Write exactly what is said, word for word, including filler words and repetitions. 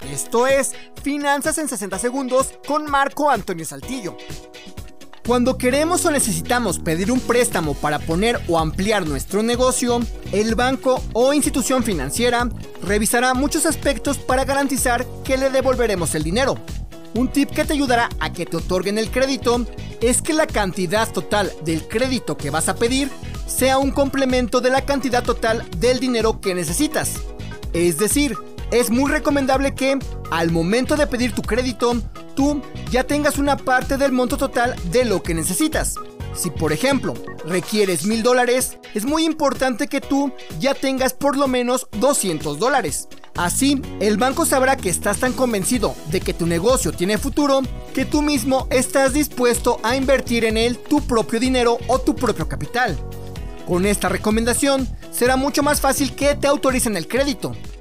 Esto es Finanzas en sesenta segundos con Marco Antonio Saltillo. Cuando queremos o necesitamos pedir un préstamo para poner o ampliar nuestro negocio, el banco o institución financiera revisará muchos aspectos para garantizar que le devolveremos el dinero. Un tip que te ayudará a que te otorguen el crédito es que la cantidad total del crédito que vas a pedir sea un complemento de la cantidad total del dinero que necesitas. Es decir, es muy recomendable que, al momento de pedir tu crédito, tú ya tengas una parte del monto total de lo que necesitas. Si, por ejemplo, requieres mil dólares, es muy importante que tú ya tengas por lo menos doscientos dólares. Así, el banco sabrá que estás tan convencido de que tu negocio tiene futuro, que tú mismo estás dispuesto a invertir en él tu propio dinero o tu propio capital. Con esta recomendación, será mucho más fácil que te autoricen el crédito,